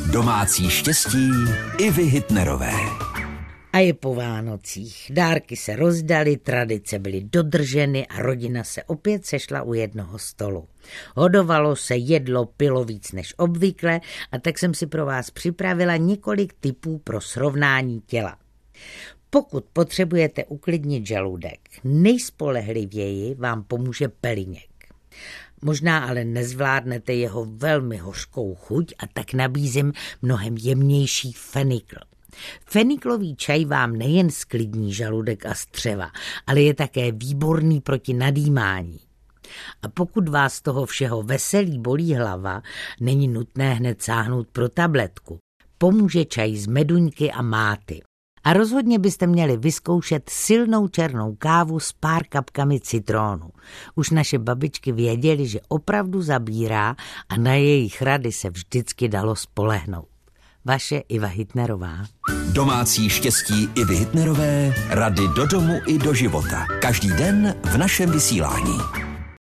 Domácí štěstí Ivy Hitnerové. A je po Vánocích. Dárky se rozdaly, tradice byly dodrženy a rodina se opět sešla u jednoho stolu. Hodovalo se, jedlo, pilo víc než obvykle a tak jsem si pro vás připravila několik tipů pro srovnání těla. Pokud potřebujete uklidnit žaludek, nejspolehlivěji vám pomůže peliněk. Možná ale nezvládnete jeho velmi hořkou chuť a tak nabízím mnohem jemnější fenikl. Feniklový čaj vám nejen sklidní žaludek a střeva, ale je také výborný proti nadýmání. A pokud vás z toho všeho veselí bolí hlava, není nutné hned sáhnout pro tabletku. Pomůže čaj z meduňky a máty. A rozhodně byste měli vyzkoušet silnou černou kávu s pár kapkami citrónu. Už naše babičky věděly, že opravdu zabírá a na jejich rady se vždycky dalo spolehnout. Vaše Iva Hitnerová. Domácí štěstí Ivy Hitnerové, rady do domu i do života. Každý den v našem vysílání.